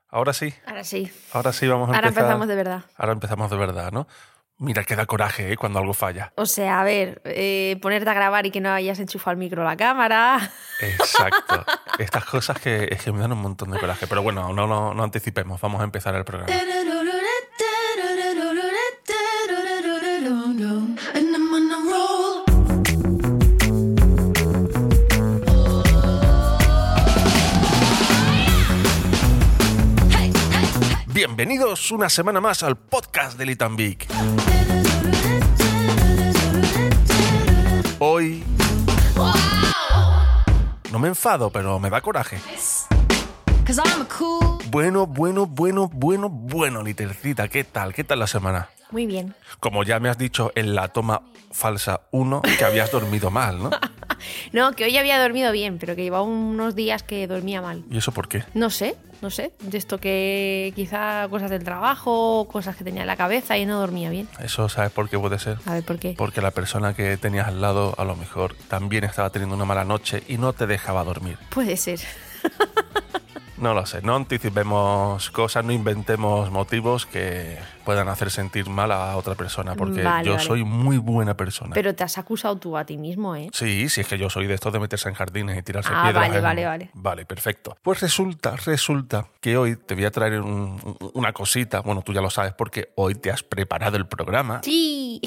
¿Ahora sí? Ahora sí. Ahora sí vamos a Ahora empezar. empezamos de verdad. Ahora empezamos de verdad, ¿no? Mira que da coraje, cuando algo falla. O sea, a ver, ponerte a grabar y que no hayas enchufado el micro o la cámara. Exacto. Estas cosas que me dan un montón de coraje. Pero bueno, no anticipemos. Vamos a empezar el programa. Bienvenidos una semana más al podcast de Little Big. Hoy no me enfado, pero me da coraje. Bueno, Litercita, ¿qué tal? ¿Qué tal la semana? Muy bien. Como ya me has dicho en la toma falsa 1, que habías dormido mal, ¿no? No, que hoy había dormido bien, pero que llevaba unos días que dormía mal. ¿Y eso por qué? No sé. De esto que quizá cosas del trabajo, cosas que tenía en la cabeza y no dormía bien. ¿Eso sabes por qué puede ser? A ver, ¿por qué? Porque la persona que tenías al lado a lo mejor también estaba teniendo una mala noche y no te dejaba dormir. Puede ser. No lo sé, no anticipemos cosas, no inventemos motivos que puedan hacer sentir mal a otra persona, porque yo soy muy buena persona. Pero te has acusado tú a ti mismo, ¿eh? Sí, es que yo soy de estos de meterse en jardines y tirarse piedras. Vale. Vale, perfecto. Pues resulta que hoy te voy a traer una cosita, bueno, tú ya lo sabes porque hoy te has preparado el programa. Sí.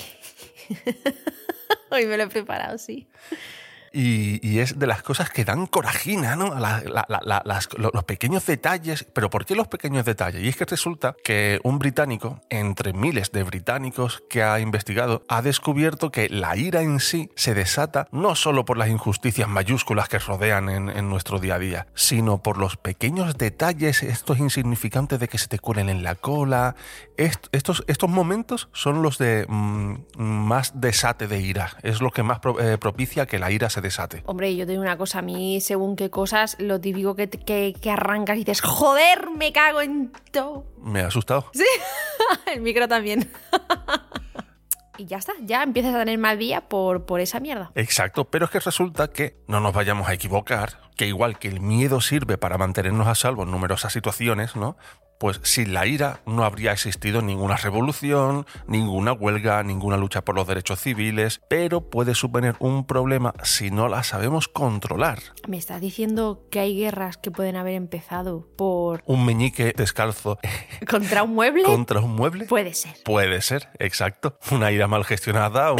Hoy me lo he preparado, sí. Y es de las cosas que dan corajina, ¿no? Los pequeños detalles. ¿Pero por qué los pequeños detalles? Y es que resulta que un británico, entre miles de británicos que ha investigado, ha descubierto que la ira en sí se desata no solo por las injusticias mayúsculas que rodean en nuestro día a día, sino por los pequeños detalles, estos insignificantes de que se te cuelen en la cola. Estos momentos son los de más desate de ira. Es lo que más propicia que la ira se desate. Hombre, yo te digo una cosa, a mí según qué cosas, lo típico que arrancas y dices, joder, me cago en todo. ¿Me ha asustado? Sí, el micro también. Y ya está, ya empiezas a tener mal día por esa mierda. Exacto, pero es que resulta que no nos vayamos a equivocar, que igual que el miedo sirve para mantenernos a salvo en numerosas situaciones, ¿no? Pues sin la ira no habría existido ninguna revolución, ninguna huelga, ninguna lucha por los derechos civiles, pero puede suponer un problema si no la sabemos controlar. ¿Me estás diciendo que hay guerras que pueden haber empezado por... un meñique descalzo ¿Contra un mueble? ¿Contra un mueble? Puede ser. Puede ser, exacto. Una ira mal gestionada,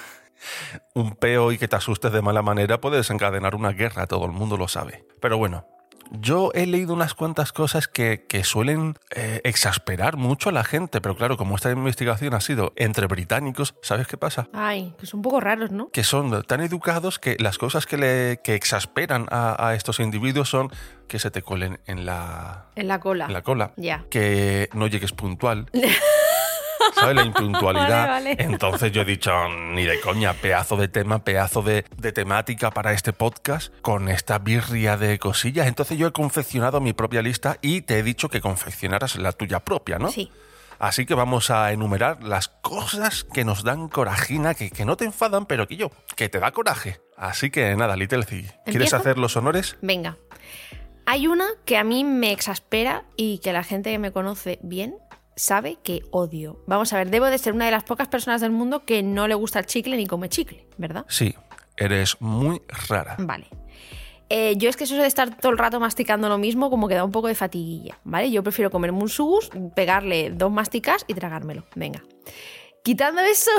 un peo y que te asustes de mala manera puede desencadenar una guerra, todo el mundo lo sabe. Pero bueno, yo he leído unas cuantas cosas que suelen exasperar mucho a la gente, pero claro, como esta investigación ha sido entre británicos, ¿sabes qué pasa? Ay, que son un poco raros, ¿no? Que son tan educados que las cosas que exasperan a estos individuos son que se te cuelen en la cola. En la cola. Ya. Que no llegues puntual. ¿Sabes? La impuntualidad. Vale. Entonces yo he dicho, ni de coña, pedazo de tema, pedazo de temática para este podcast con esta birria de cosillas. Entonces yo he confeccionado mi propia lista y te he dicho que confeccionaras la tuya propia, ¿no? Sí. Así que vamos a enumerar las cosas que nos dan corajina, que no te enfadan, pero que te da coraje. Así que nada, Little C, ¿quieres ¿Empiezo? hacer los honores? Venga. Hay una que a mí me exaspera y que la gente que me conoce bien sabe que odio. Vamos a ver, debo de ser una de las pocas personas del mundo que no le gusta el chicle ni come chicle, ¿verdad? Sí, eres muy rara. Vale. Yo es que eso de estar todo el rato masticando lo mismo como que da un poco de fatiguilla, ¿vale? Yo prefiero comerme un sugus, pegarle 2 masticas y tragármelo. Venga. Quitando eso...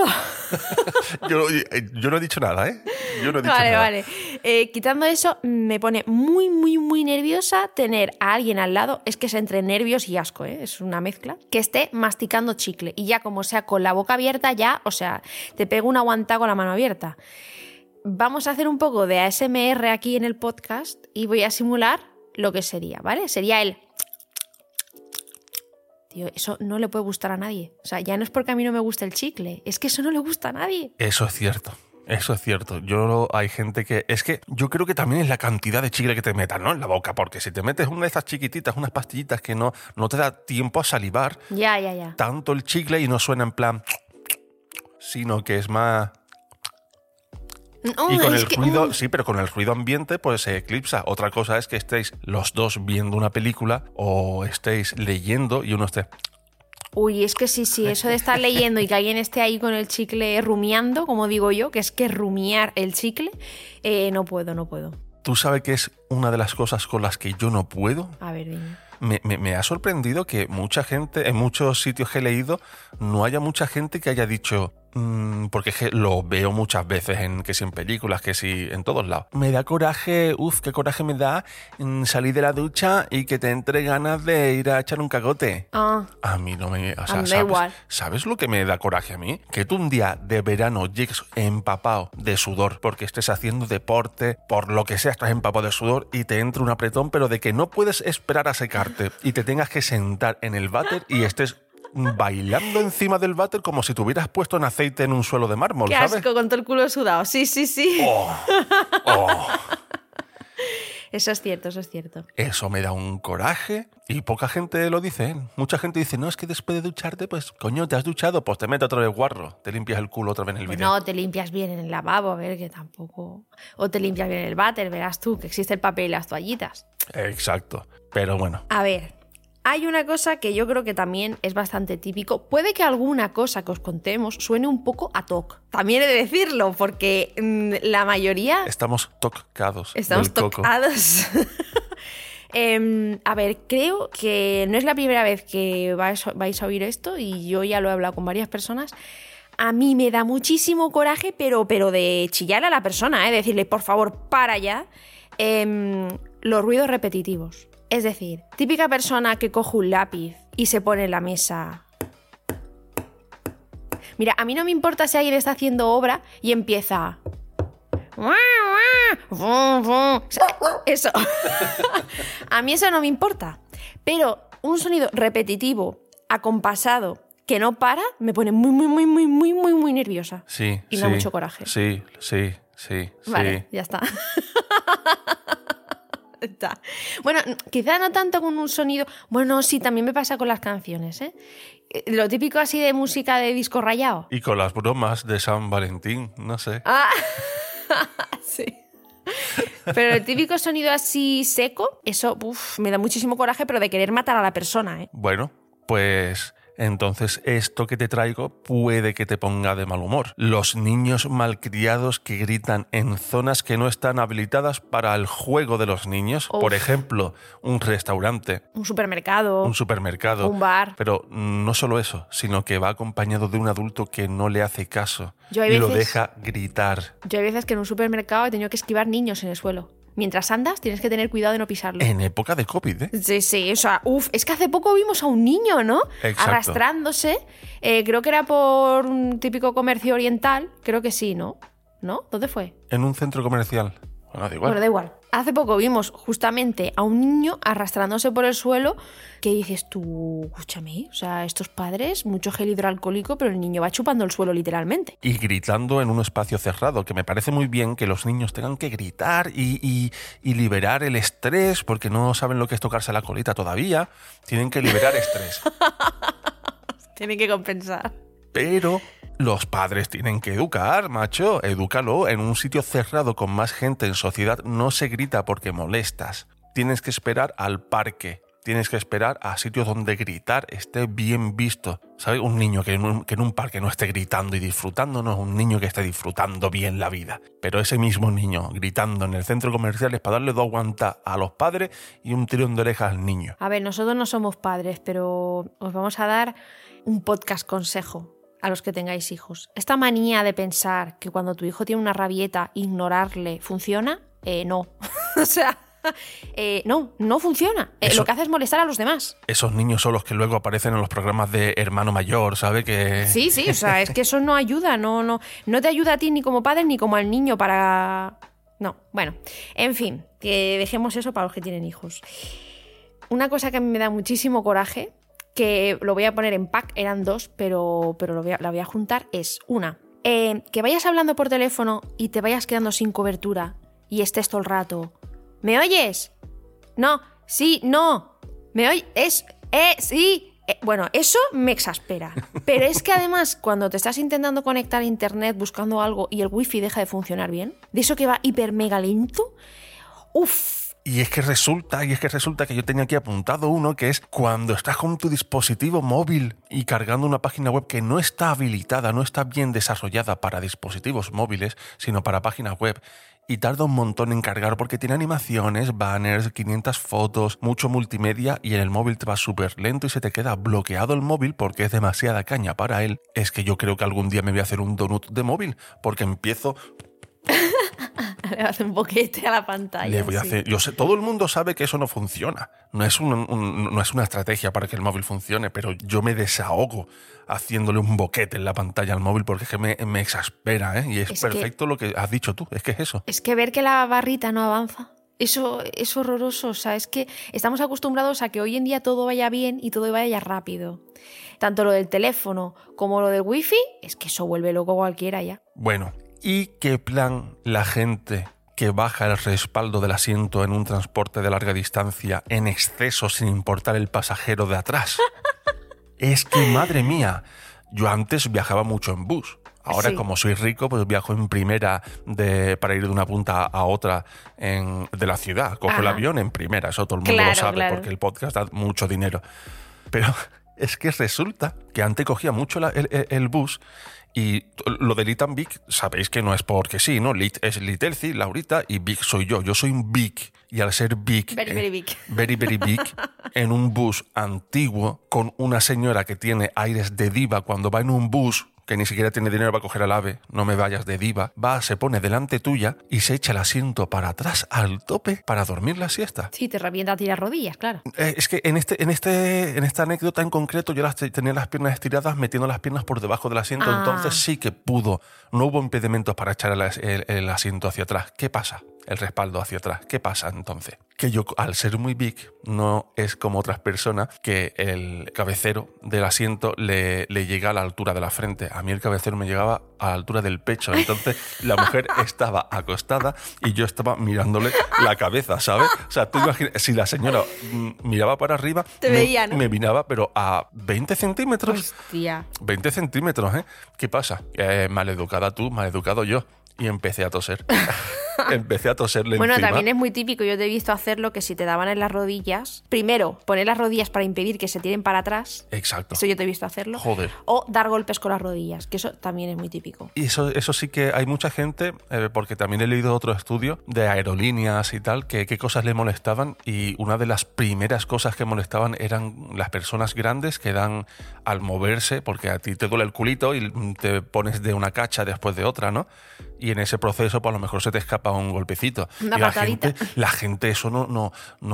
Yo no he dicho nada, ¿eh? Yo no he dicho nada. Vale. Quitando eso, me pone muy, muy, muy nerviosa tener a alguien al lado, es que es entre nervios y asco, ¿eh? Es una mezcla, que esté masticando chicle. Y ya como sea con la boca abierta, ya, o sea, te pego una aguantada con la mano abierta. Vamos a hacer un poco de ASMR aquí en el podcast y voy a simular lo que sería, ¿vale? Sería el... Tío, eso no le puede gustar a nadie. O sea, ya no es porque a mí no me gusta el chicle, es que eso no le gusta a nadie. Eso es cierto. Hay gente que... Es que yo creo que también es la cantidad de chicle que te metas, ¿no? En la boca, porque si te metes una de estas chiquititas, unas pastillitas que no te da tiempo a salivar... Ya. Tanto el chicle y no suena en plan... Sino que es más... No, Y con es el que- ruido, sí, pero con el ruido ambiente pues se eclipsa. Otra cosa es que estéis los dos viendo una película o estéis leyendo y uno esté... Uy, es que sí, eso de estar leyendo y que alguien esté ahí con el chicle rumiando, como digo yo, que es que rumiar el chicle, no puedo. ¿Tú sabes qué es una de las cosas con las que yo no puedo? A ver, dime. Me ha sorprendido que mucha gente, en muchos sitios que he leído, no haya mucha gente que haya dicho, porque es que lo veo muchas veces, que si en películas, que si en todos lados. Me da coraje, qué coraje me da salir de la ducha y que te entre ganas de ir a echar un cagote. Ah, A mí no me... O A sea, mí me da ¿sabes, igual. ¿sabes lo que me da coraje a mí? Que tú un día de verano llegues empapado de sudor porque estés haciendo deporte, por lo que sea, estás empapado de sudor y te entre un apretón, pero de que no puedes esperar a secarte y te tengas que sentar en el váter y estés bailando encima del váter como si te hubieras puesto en aceite en un suelo de mármol, qué ¿sabes? asco, con todo el culo sudado. Sí. Oh, Eso es cierto. eso me da un coraje y poca gente lo dice, ¿eh? Mucha gente dice, no, es que después de ducharte, pues, coño, te has duchado, pues te metes otro vez guarro, te limpias el culo otra vez en el Pues vídeo. no, te limpias bien en el lavabo, a ver, que tampoco... O te limpias bien en el váter, verás tú, que existe el papel y las toallitas. Exacto, pero bueno. A ver, hay una cosa que yo creo que también es bastante típico. Puede que alguna cosa que os contemos suene un poco a toc. También he de decirlo, porque la mayoría... Estamos tocados Estamos del coco. tocados. A ver, creo que no es la primera vez que vais a oír esto y yo ya lo he hablado con varias personas. A mí me da muchísimo coraje, pero de chillar a la persona, decirle, por favor, para ya. Los ruidos repetitivos. Es decir, típica persona que coge un lápiz y se pone en la mesa. Mira, a mí no me importa si alguien está haciendo obra y empieza... Eso. A mí eso no me importa. Pero un sonido repetitivo, acompasado, que no para, me pone muy nerviosa. Sí, Y sí. me da mucho coraje. Sí. Vale, ya está. Está. Bueno, quizá no tanto con un sonido... Bueno, sí, también me pasa con las canciones, ¿eh? Lo típico así de música de disco rayado. Y con las bromas de San Valentín, no sé. Ah, sí. Pero el típico sonido así seco, eso me da muchísimo coraje, pero de querer matar a la persona, ¿eh? Bueno, pues entonces esto que te traigo puede que te ponga de mal humor. Los niños malcriados que gritan en zonas que no están habilitadas para el juego de los niños. Uf. Por ejemplo, un restaurante, Un supermercado, un supermercado. un bar. Pero no solo eso, sino que va acompañado de un adulto que no le hace caso Yo hay y lo veces- deja gritar. Yo hay veces que en un supermercado he tenido que esquivar niños en el suelo. Mientras andas, tienes que tener cuidado de no pisarlo. En época de COVID, ¿eh? Sí, o sea, es que hace poco vimos a un niño, ¿no? Exacto. Arrastrándose. Creo que era por un típico comercio oriental. Creo que sí, ¿no? ¿No? ¿Dónde fue? En un centro comercial. Bueno, da igual. Bueno, da igual. Hace poco vimos justamente a un niño arrastrándose por el suelo. ¿Qué dices tú? Escúchame, o sea, estos padres, mucho gel hidroalcohólico, pero el niño va chupando el suelo literalmente. Y gritando en un espacio cerrado, que me parece muy bien que los niños tengan que gritar y liberar el estrés, porque no saben lo que es tocarse la colita todavía. Tienen que liberar estrés. Tiene que compensar. Pero los padres tienen que educar, macho. Edúcalo. En un sitio cerrado con más gente en sociedad no se grita porque molestas. Tienes que esperar al parque. Tienes que esperar a sitios donde gritar esté bien visto. ¿Sabes? Un niño que en un parque no esté gritando y disfrutando no es un niño que esté disfrutando bien la vida. Pero ese mismo niño gritando en el centro comercial es para darle dos guantas a los padres y un tirón de orejas al niño. A ver, nosotros no somos padres, pero os vamos a dar un podcast consejo a los que tengáis hijos. Esta manía de pensar que cuando tu hijo tiene una rabieta, ignorarle funciona, no. O sea, no funciona. Lo que hace es molestar a los demás. Esos niños son los que luego aparecen en los programas de hermano mayor, ¿sabe? Que... Sí, o sea, es que eso no ayuda, no te ayuda a ti ni como padre ni como al niño para... No, bueno, en fin, que dejemos eso para los que tienen hijos. Una cosa que a mí me da muchísimo coraje, que lo voy a poner en pack, eran dos, pero la voy a juntar, es una, que vayas hablando por teléfono y te vayas quedando sin cobertura y estés todo el rato. ¿Me oyes? No, sí, no. ¿Me oyes? Sí, Bueno, eso me exaspera. Pero es que además, cuando te estás intentando conectar a internet buscando algo y el wifi deja de funcionar bien, de eso que va hiper mega lento, uff. Y es que resulta que yo tenía aquí apuntado uno que es cuando estás con tu dispositivo móvil y cargando una página web que no está habilitada, no está bien desarrollada para dispositivos móviles, sino para páginas web. Y tarda un montón en cargar porque tiene animaciones, banners, 500 fotos, mucho multimedia y en el móvil te va súper lento y se te queda bloqueado el móvil porque es demasiada caña para él. Es que yo creo que algún día me voy a hacer un donut de móvil porque empiezo... Le hace un boquete a la pantalla. Le voy a hacer, yo sé, todo el mundo sabe que eso no funciona. No es una estrategia para que el móvil funcione, pero yo me desahogo haciéndole un boquete en la pantalla al móvil porque es que me exaspera, ¿eh? Y es perfecto lo que has dicho tú, es que es eso. Es que ver que la barrita no avanza, eso es horroroso. O sea, es que estamos acostumbrados a que hoy en día todo vaya bien y todo vaya rápido. Tanto lo del teléfono como lo del wifi, es que eso vuelve loco a cualquiera ya. Bueno, ¿y qué plan la gente que baja el respaldo del asiento en un transporte de larga distancia en exceso sin importar el pasajero de atrás? Es que, madre mía, yo antes viajaba mucho en bus. Ahora, como soy rico, pues viajo en primera para ir de una punta a otra de la ciudad. Cojo el avión en primera, eso todo el mundo lo sabe, porque el podcast da mucho dinero. Pero es que resulta que antes cogía mucho el bus. Y lo de Lit and Vic, sabéis que no es porque sí, ¿no? Lit es Litelci, Laurita, y Vic soy yo. Yo soy un Vic. Y al ser Vic, very big, very big, en un bus antiguo, con una señora que tiene aires de diva cuando va en un bus, que ni siquiera tiene dinero para coger al AVE, no me vayas de diva, se pone delante tuya y se echa el asiento para atrás al tope para dormir la siesta. Sí, te revienta a ti las rodillas, claro. Es que en esta anécdota en concreto yo tenía las piernas estiradas metiendo las piernas por debajo del asiento, entonces sí que pudo. No hubo impedimentos para echar el asiento hacia atrás. ¿Qué pasa? El respaldo hacia atrás. ¿Qué pasa entonces? Que yo, al ser muy big, no es como otras personas que el cabecero del asiento le llega a la altura de la frente. A mí el cabecero me llegaba a la altura del pecho. Entonces la mujer estaba acostada y yo estaba mirándole la cabeza, ¿sabes? O sea, tú imaginas, si la señora miraba para arriba, te veía, ¿no? Me miraba, pero a 20 centímetros. Hostia. 20 centímetros, ¿eh? ¿Qué pasa? Maleducada tú, maleducado yo. Y empecé a toser. Empecé a toserle bueno, encima. También es muy típico, yo te he visto hacerlo, que si te daban en las rodillas, primero poner las rodillas para impedir que se tiren para atrás. Exacto. Eso yo te he visto hacerlo. Joder. O dar golpes con las rodillas, que eso también es muy típico. Y eso sí que hay mucha gente, porque también he leído otro estudio de aerolíneas y tal, que qué cosas le molestaban, y una de las primeras cosas que molestaban eran las personas grandes que dan al moverse, porque a ti te duele el culito y te pones de una cacha después de otra, ¿no? Y en ese proceso, pues a lo mejor se te escapa un golpecito. Una y patadita. La gente eso no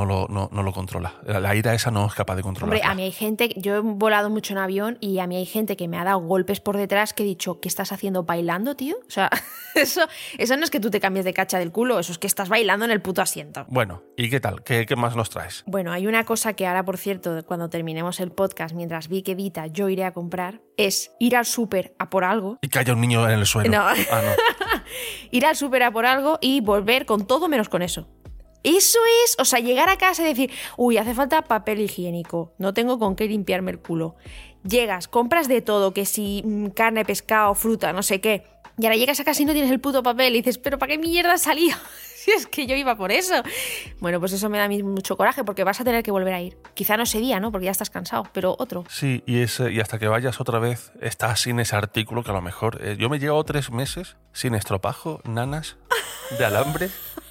lo controla. La ira esa no es capaz de controlar. Hombre, a mí hay gente, yo he volado mucho en avión y a mí hay gente que me ha dado golpes por detrás que he dicho, ¿qué estás haciendo? ¿Bailando, tío? O sea, eso no es que tú te cambies de cacha del culo, eso es que estás bailando en el puto asiento. Bueno, ¿y qué tal? ¿Qué más nos traes? Bueno, hay una cosa que ahora, por cierto, cuando terminemos el podcast, mientras Vic edita, yo iré a comprar, es ir al súper a por algo. Y que haya un niño en el suelo. No. Ah, no. Ir al súper a por algo y volver con todo menos con eso. Eso es, o sea, llegar a casa y decir, uy, hace falta papel higiénico, no tengo con qué limpiarme el culo. Llegas, compras de todo, que si carne, pescado, fruta, no sé qué. Y ahora llegas a casa y no tienes el puto papel y dices, ¿pero para qué mierda has salido? Si es que yo iba por eso. Bueno, pues eso me da a mí mucho coraje porque vas a tener que volver a ir. Quizá no ese día, ¿no? Porque ya estás cansado, pero otro. Sí, y hasta que vayas otra vez estás sin ese artículo que a lo mejor... yo me he llevado 3 meses sin estropajo, nanas, de alambre...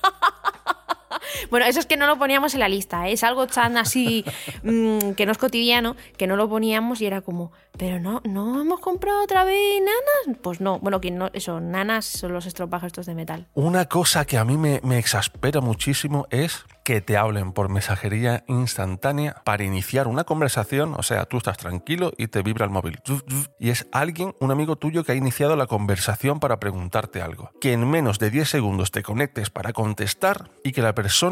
Bueno, eso es que no lo poníamos en la lista, ¿eh? Es algo tan así que no es cotidiano, que no lo poníamos y era como, pero no hemos comprado otra vez nanas. Pues no, bueno, que no, eso, nanas son los estropajos estos de metal. Una cosa que a mí me exaspera muchísimo es que te hablen por mensajería instantánea para iniciar una conversación, o sea, tú estás tranquilo y te vibra el móvil. Y es alguien, un amigo tuyo que ha iniciado la conversación para preguntarte algo. Que en menos de 10 segundos te conectes para contestar y que la persona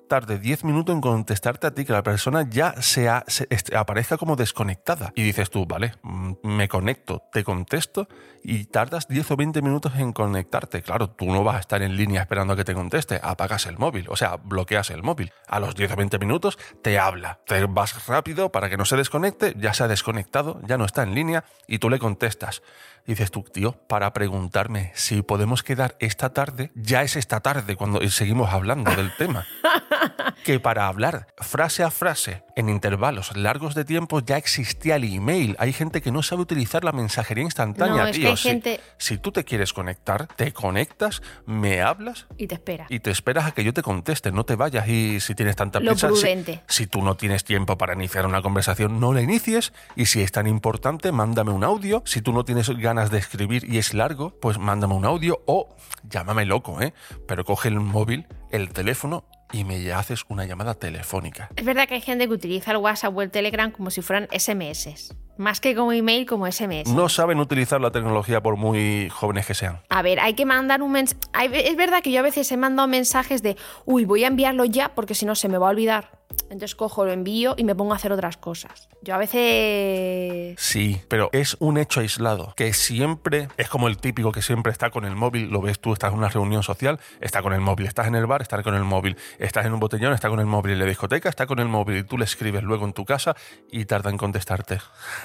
tarde 10 minutos en contestarte a ti, que la persona ya aparezca como desconectada. Y dices tú, vale, me conecto, te contesto y tardas 10 o 20 minutos en conectarte. Claro, tú no vas a estar en línea esperando a que te conteste, apagas el móvil, o sea, bloqueas el móvil. A los 10 o 20 minutos te habla, te vas rápido para que no se desconecte, ya se ha desconectado, ya no está en línea y tú le contestas. Y dices tú, tío, para preguntarme si podemos quedar esta tarde, ya es esta tarde cuando seguimos hablando del tema. Que para hablar frase a frase en intervalos largos de tiempo ya existía el email. Hay gente que no sabe utilizar la mensajería instantánea, no, tío. Que hay gente... Si tú te quieres conectar, te conectas, me hablas y te esperas. Y te esperas a que yo te conteste, no te vayas. Y si tienes tanta prisa, lo prudente. Si tú no tienes tiempo para iniciar una conversación, no la inicies. Y si es tan importante, mándame un audio. Si tú no tienes ganas de escribir y es largo, pues mándame un audio o llámame loco, pero coge el móvil, el teléfono y me haces una llamada telefónica. Es verdad que hay gente que utiliza el WhatsApp o el Telegram como si fueran SMS. Más que como email, como SMS. No saben utilizar la tecnología por muy jóvenes que sean. A ver, hay que mandar un mensaje. Es verdad que yo a veces he mandado mensajes de voy a enviarlo ya porque si no se me va a olvidar. Entonces cojo, lo envío y me pongo a hacer otras cosas. Yo a veces... Sí, pero es un hecho aislado, que siempre es como el típico que siempre está con el móvil. Lo ves tú, estás en una reunión social, está con el móvil. Estás en el bar, está con el móvil. Estás en un botellón, está con el móvil. En la discoteca, está con el móvil. Y tú le escribes luego en tu casa y tarda en contestarte.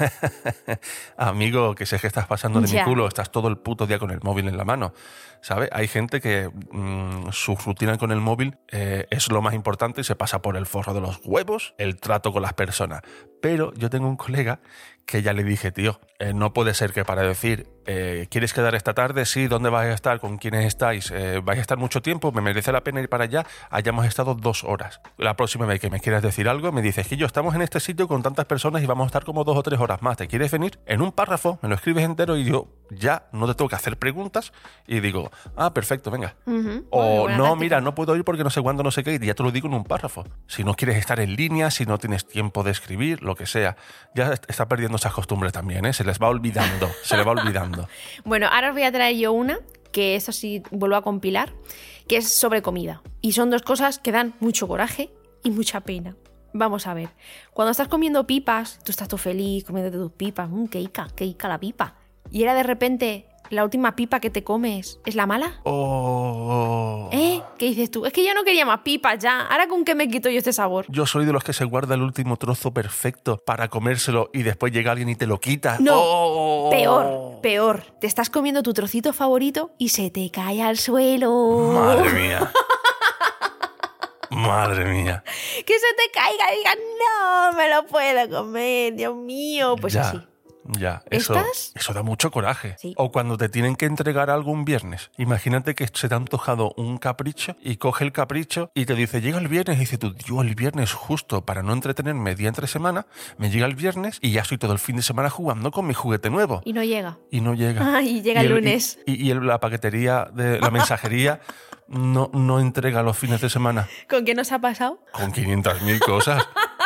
Amigo, que sé que estás pasando de mi culo, estás todo el puto día con el móvil en la mano, ¿sabes? Hay gente que su rutina con el móvil es lo más importante y se pasa por el forro de los huevos el trato con las personas. Pero yo tengo un colega que ya le dije, tío, no puede ser que para decir ¿quieres quedar esta tarde? Sí, ¿dónde vais a estar? ¿Con quiénes estáis? ¿Vais a estar mucho tiempo? ¿Me merece la pena ir para allá? Hayamos estado 2 horas. La próxima vez que me quieras decir algo, me dices que estamos en este sitio con tantas personas y vamos a estar como 2 o 3 horas más. ¿Te quieres venir? En un párrafo, me lo escribes entero y yo ya no te tengo que hacer preguntas y digo, perfecto, venga. O no, mira, no puedo ir porque no sé cuándo, no sé qué, y ya te lo digo en un párrafo. Si no quieres estar en línea, si no tienes tiempo de escribir, lo que sea. Ya está perdiendo esas costumbres también, se les va olvidando, se les va olvidando. Bueno, ahora os voy a traer yo una, que eso sí vuelvo a compilar, que es sobre comida. Y son 2 cosas que dan mucho coraje y mucha pena. Vamos a ver. Cuando estás comiendo pipas, tú estás todo feliz comiéndote tus pipas. Qué ica la pipa. Y era de repente la última pipa que te comes, ¿es la mala? ¿Qué dices tú? Es que yo no quería más pipas ya. ¿Ahora con qué me quito yo este sabor? Yo soy de los que se guarda el último trozo perfecto para comérselo y después llega alguien y te lo quita. No, peor. Te estás comiendo tu trocito favorito y se te cae al suelo. Madre mía. Madre mía. Que se te caiga y digas, no, me lo puedo comer, Dios mío. Pues ya. así. Ya, eso da mucho coraje. Sí. O cuando te tienen que entregar algo un viernes. Imagínate que se te ha antojado un capricho y coge el capricho y te dice, llega el viernes. Y dice tú, yo el viernes justo para no entretenerme día entre semana, me llega el viernes y ya estoy todo el fin de semana jugando con mi juguete nuevo. Y no llega. Y llega el lunes. Y la paquetería de la mensajería no entrega los fines de semana. ¿Con qué nos ha pasado? Con 500.000 cosas.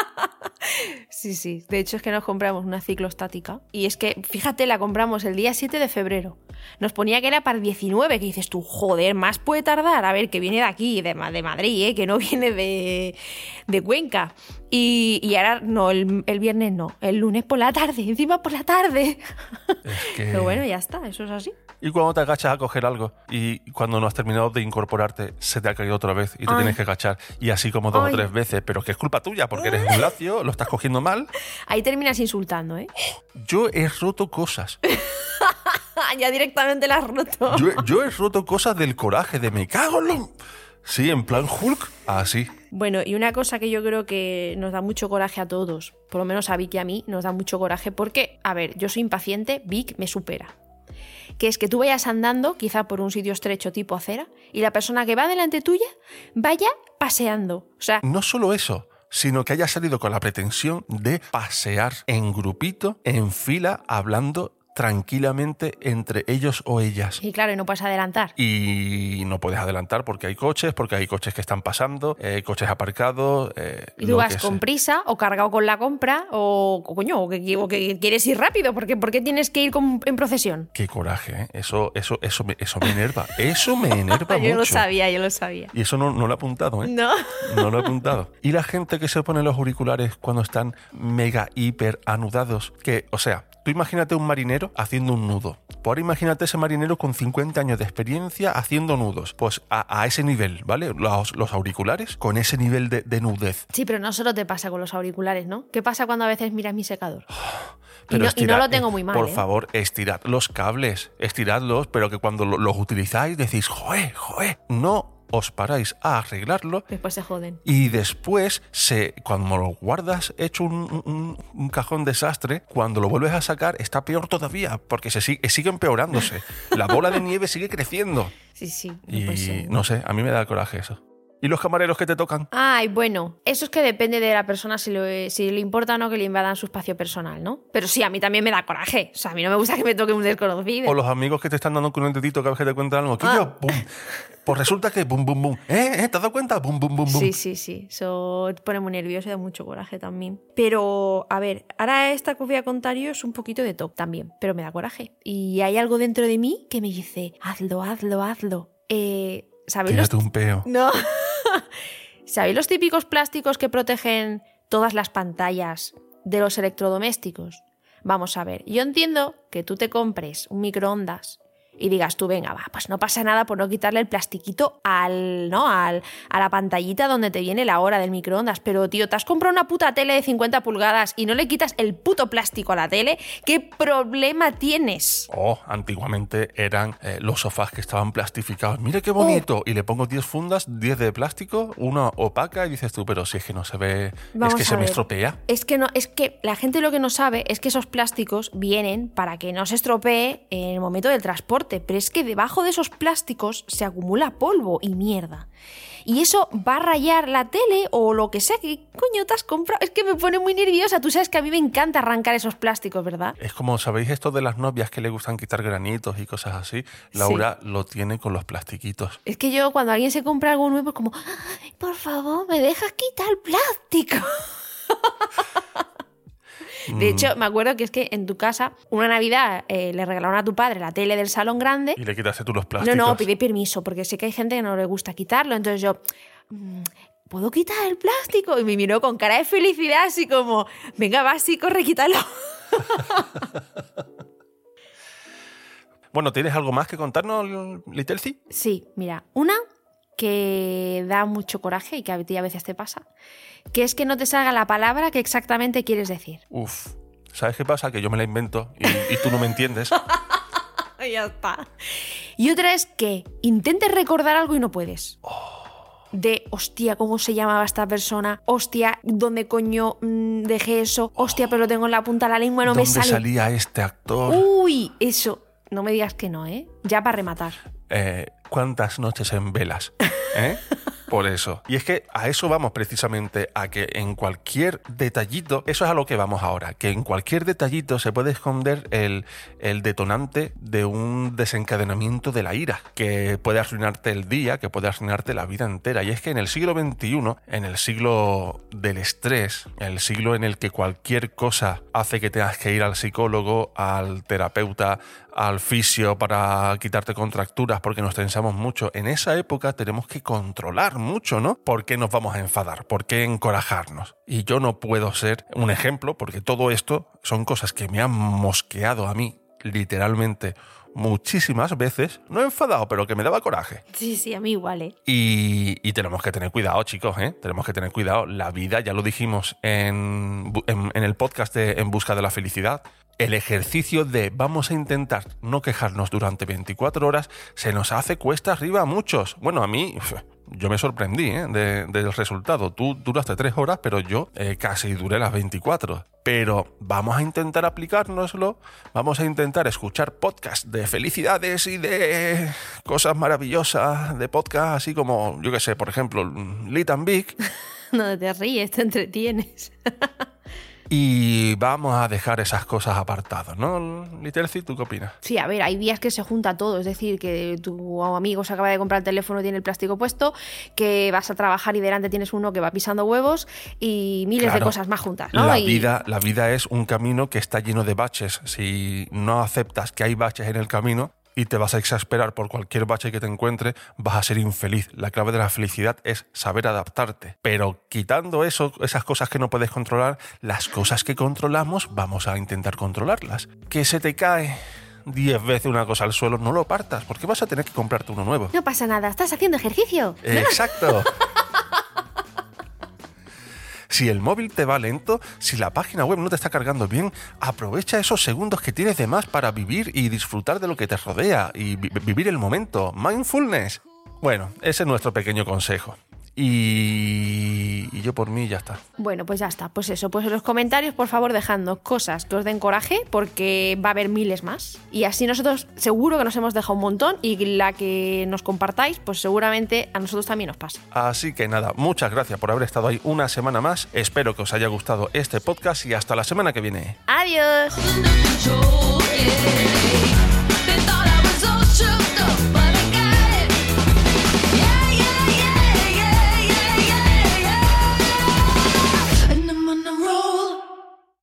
Sí. De hecho, es que nos compramos una ciclostática. Y es que, fíjate, la compramos el día 7 de febrero. Nos ponía que era para el 19, que dices tú, joder, más puede tardar. A ver, que viene de aquí, de Madrid, que no viene de Cuenca. Y ahora, no, el viernes no. El lunes por la tarde, encima por la tarde. Es que... Pero bueno, ya está, eso es así. Y cuando te agachas a coger algo y cuando no has terminado de incorporarte, se te ha caído otra vez y te tienes que agachar. Y así como 2 o 3 veces, pero que es culpa tuya porque eres un lacio, lo estás cogiendo mal. Ahí terminas insultando, ¿eh? Yo he roto cosas. Ya directamente las has roto. Yo he roto cosas del coraje, de me cago en lo... Sí, en plan Hulk, así. Bueno, y una cosa que yo creo que nos da mucho coraje a todos, por lo menos a Vic y a mí, nos da mucho coraje porque, a ver, yo soy impaciente, Vic me supera. Que es que tú vayas andando, quizá por un sitio estrecho tipo acera, y la persona que va delante tuya vaya paseando. O sea... No solo eso, sino que haya salido con la pretensión de pasear en grupito, en fila, hablando tranquilamente entre ellos o ellas. Y claro, y no puedes adelantar. Y no puedes adelantar porque hay coches que están pasando, coches aparcados. Y tú vas con prisa o cargado con la compra o que quieres ir rápido. ¿Por qué tienes que ir en procesión? Qué coraje, ¿eh? Eso me enerva. Eso me enerva mucho. Yo lo sabía. Y eso no lo he apuntado, ¿eh? No. No lo he apuntado. Y la gente que se pone los auriculares cuando están mega hiper anudados. Tú imagínate un marinero haciendo un nudo. Pues ahora imagínate ese marinero con 50 años de experiencia haciendo nudos. Pues a ese nivel, ¿vale? Los auriculares con ese nivel de nudez. Sí, pero no solo te pasa con los auriculares, ¿no? ¿Qué pasa cuando a veces miras mi secador? Pero y no lo tengo muy mal. Por favor, estirad los cables, estiradlos, pero que cuando los utilizáis decís, ¡joe! No os paráis a arreglarlo. Después se joden. Y después, cuando lo guardas hecho un cajón desastre, cuando lo vuelves a sacar está peor todavía, porque sigue empeorándose. La bola de nieve sigue creciendo. Sí. Y no sé, a mí me da coraje eso. ¿Y los camareros que te tocan? Ay, bueno, eso es que depende de la persona si le importa o no que le invadan su espacio personal, ¿no? Pero sí, a mí también me da coraje. O sea, a mí no me gusta que me toque un desconocido. O los amigos que te están dando con un dedito cada vez que te cuentan algo. ¡Pum! Pues resulta que ¡bum, bum, bum! ¿Te has dado cuenta? ¡Bum, bum, bum, bum! Sí. Eso te pone muy nervioso y da mucho coraje también. Pero, a ver, ahora esta que os voy a contar yo es un poquito de top también, pero me da coraje. Y hay algo dentro de mí que me dice, hazlo. ¿Sabéis Tírate un peo. No. ¿Sabéis los típicos plásticos que protegen todas las pantallas de los electrodomésticos? Vamos a ver, yo entiendo que tú te compres un microondas y digas tú, venga, pues no pasa nada por no quitarle el plastiquito a la pantallita donde te viene la hora del microondas. Pero, tío, te has comprado una puta tele de 50 pulgadas y no le quitas el puto plástico a la tele. ¿Qué problema tienes? Antiguamente eran los sofás que estaban plastificados. Mira qué bonito. Y le pongo 10 fundas, 10 de plástico, una opaca y dices tú, pero si es que no se ve, es que se me estropea. Es que la gente lo que no sabe es que esos plásticos vienen para que no se estropee en el momento del transporte. Pero es que debajo de esos plásticos se acumula polvo y mierda. Y eso va a rayar la tele o lo que sea que coño te has comprado. Es que me pone muy nerviosa. Tú sabes que a mí me encanta arrancar esos plásticos, ¿verdad? Es como, ¿sabéis esto de las novias que le gustan quitar granitos y cosas así? Laura lo tiene con los plastiquitos. Es que yo cuando alguien se compra algo nuevo es como, ¡ay, por favor, me dejas quitar el plástico! De hecho, me acuerdo que es que en tu casa, una Navidad, le regalaron a tu padre la tele del salón grande. Y le quitaste tú los plásticos. No, pedí permiso, porque sé que hay gente que no le gusta quitarlo. Entonces yo, ¿puedo quitar el plástico? Y me miró con cara de felicidad, así como, venga, va, sí, corre, quítalo. Bueno, ¿tienes algo más que contarnos, Littleci? Sí, mira, una que da mucho coraje y que a ti a veces te pasa, que es que no te salga la palabra que exactamente quieres decir. Uf, ¿sabes qué pasa? Que yo me la invento y tú no me entiendes. Ya está. Y otra es que intentes recordar algo y no puedes. De, hostia, ¿cómo se llamaba esta persona? Hostia, ¿dónde coño dejé eso? Hostia, pero lo tengo en la punta de la lengua, no me sale. ¿Dónde salía este actor? Uy, eso. No me digas que no, ¿eh? Ya para rematar. ¿Cuántas noches en velas? Por eso. Y es que a eso vamos precisamente, a que en cualquier detallito, eso es a lo que vamos ahora, que en cualquier detallito se puede esconder el detonante de un desencadenamiento de la ira, que puede arruinarte el día, que puede arruinarte la vida entera. Y es que en el siglo XXI, en el siglo del estrés, el siglo en el que cualquier cosa hace que tengas que ir al psicólogo, al terapeuta, al fisio para quitarte contracturas porque nos tensamos mucho, en esa época tenemos que controlar mucho, ¿no? ¿Por qué nos vamos a enfadar? ¿Por qué encorajarnos? Y yo no puedo ser un ejemplo porque todo esto son cosas que me han mosqueado a mí, literalmente, muchísimas veces. No he enfadado, pero que me daba coraje. Sí, a mí igual, ¿eh? Y tenemos que tener cuidado, chicos, ¿eh? Tenemos que tener cuidado. La vida, ya lo dijimos en el podcast de En Busca de la Felicidad, el ejercicio de vamos a intentar no quejarnos durante 24 horas se nos hace cuesta arriba a muchos. Bueno, a mí, yo me sorprendí del resultado. Tú duraste 3 horas, pero yo casi duré las 24. Pero vamos a intentar aplicárnoslo, vamos a intentar escuchar podcasts de felicidades y de cosas maravillosas, de podcasts así como, yo qué sé, por ejemplo, Lit and Big. No te ríes, te entretienes. y vamos a dejar esas cosas apartadas, ¿no? Literci, ¿tú qué opinas? Sí, a ver, hay días que se junta todo, es decir, que tu amigo se acaba de comprar el teléfono y tiene el plástico puesto, que vas a trabajar y delante tienes uno que va pisando huevos y miles de cosas más juntas, ¿no? La vida es un camino que está lleno de baches. Si no aceptas que hay baches en el camino y te vas a exasperar por cualquier bache que te encuentre, vas a ser infeliz. La clave de la felicidad es saber adaptarte. Pero quitando esas cosas que no puedes controlar, las cosas que controlamos, vamos a intentar controlarlas. Que se te cae 10 veces una cosa al suelo, no lo partas, porque vas a tener que comprarte uno nuevo. No pasa nada, estás haciendo ejercicio. Exacto. Si el móvil te va lento, si la página web no te está cargando bien, aprovecha esos segundos que tienes de más para vivir y disfrutar de lo que te rodea y vivir el momento. Mindfulness. Bueno, ese es nuestro pequeño consejo. Y yo por mí ya está. Bueno, pues ya está. Pues eso, pues en los comentarios, por favor, dejadnos cosas que os den coraje, porque va a haber miles más. Y así nosotros seguro que nos hemos dejado un montón, y la que nos compartáis, pues seguramente a nosotros también nos pasa. Así que nada, muchas gracias por haber estado ahí una semana más. Espero que os haya gustado este podcast y hasta la semana que viene. ¡Adiós!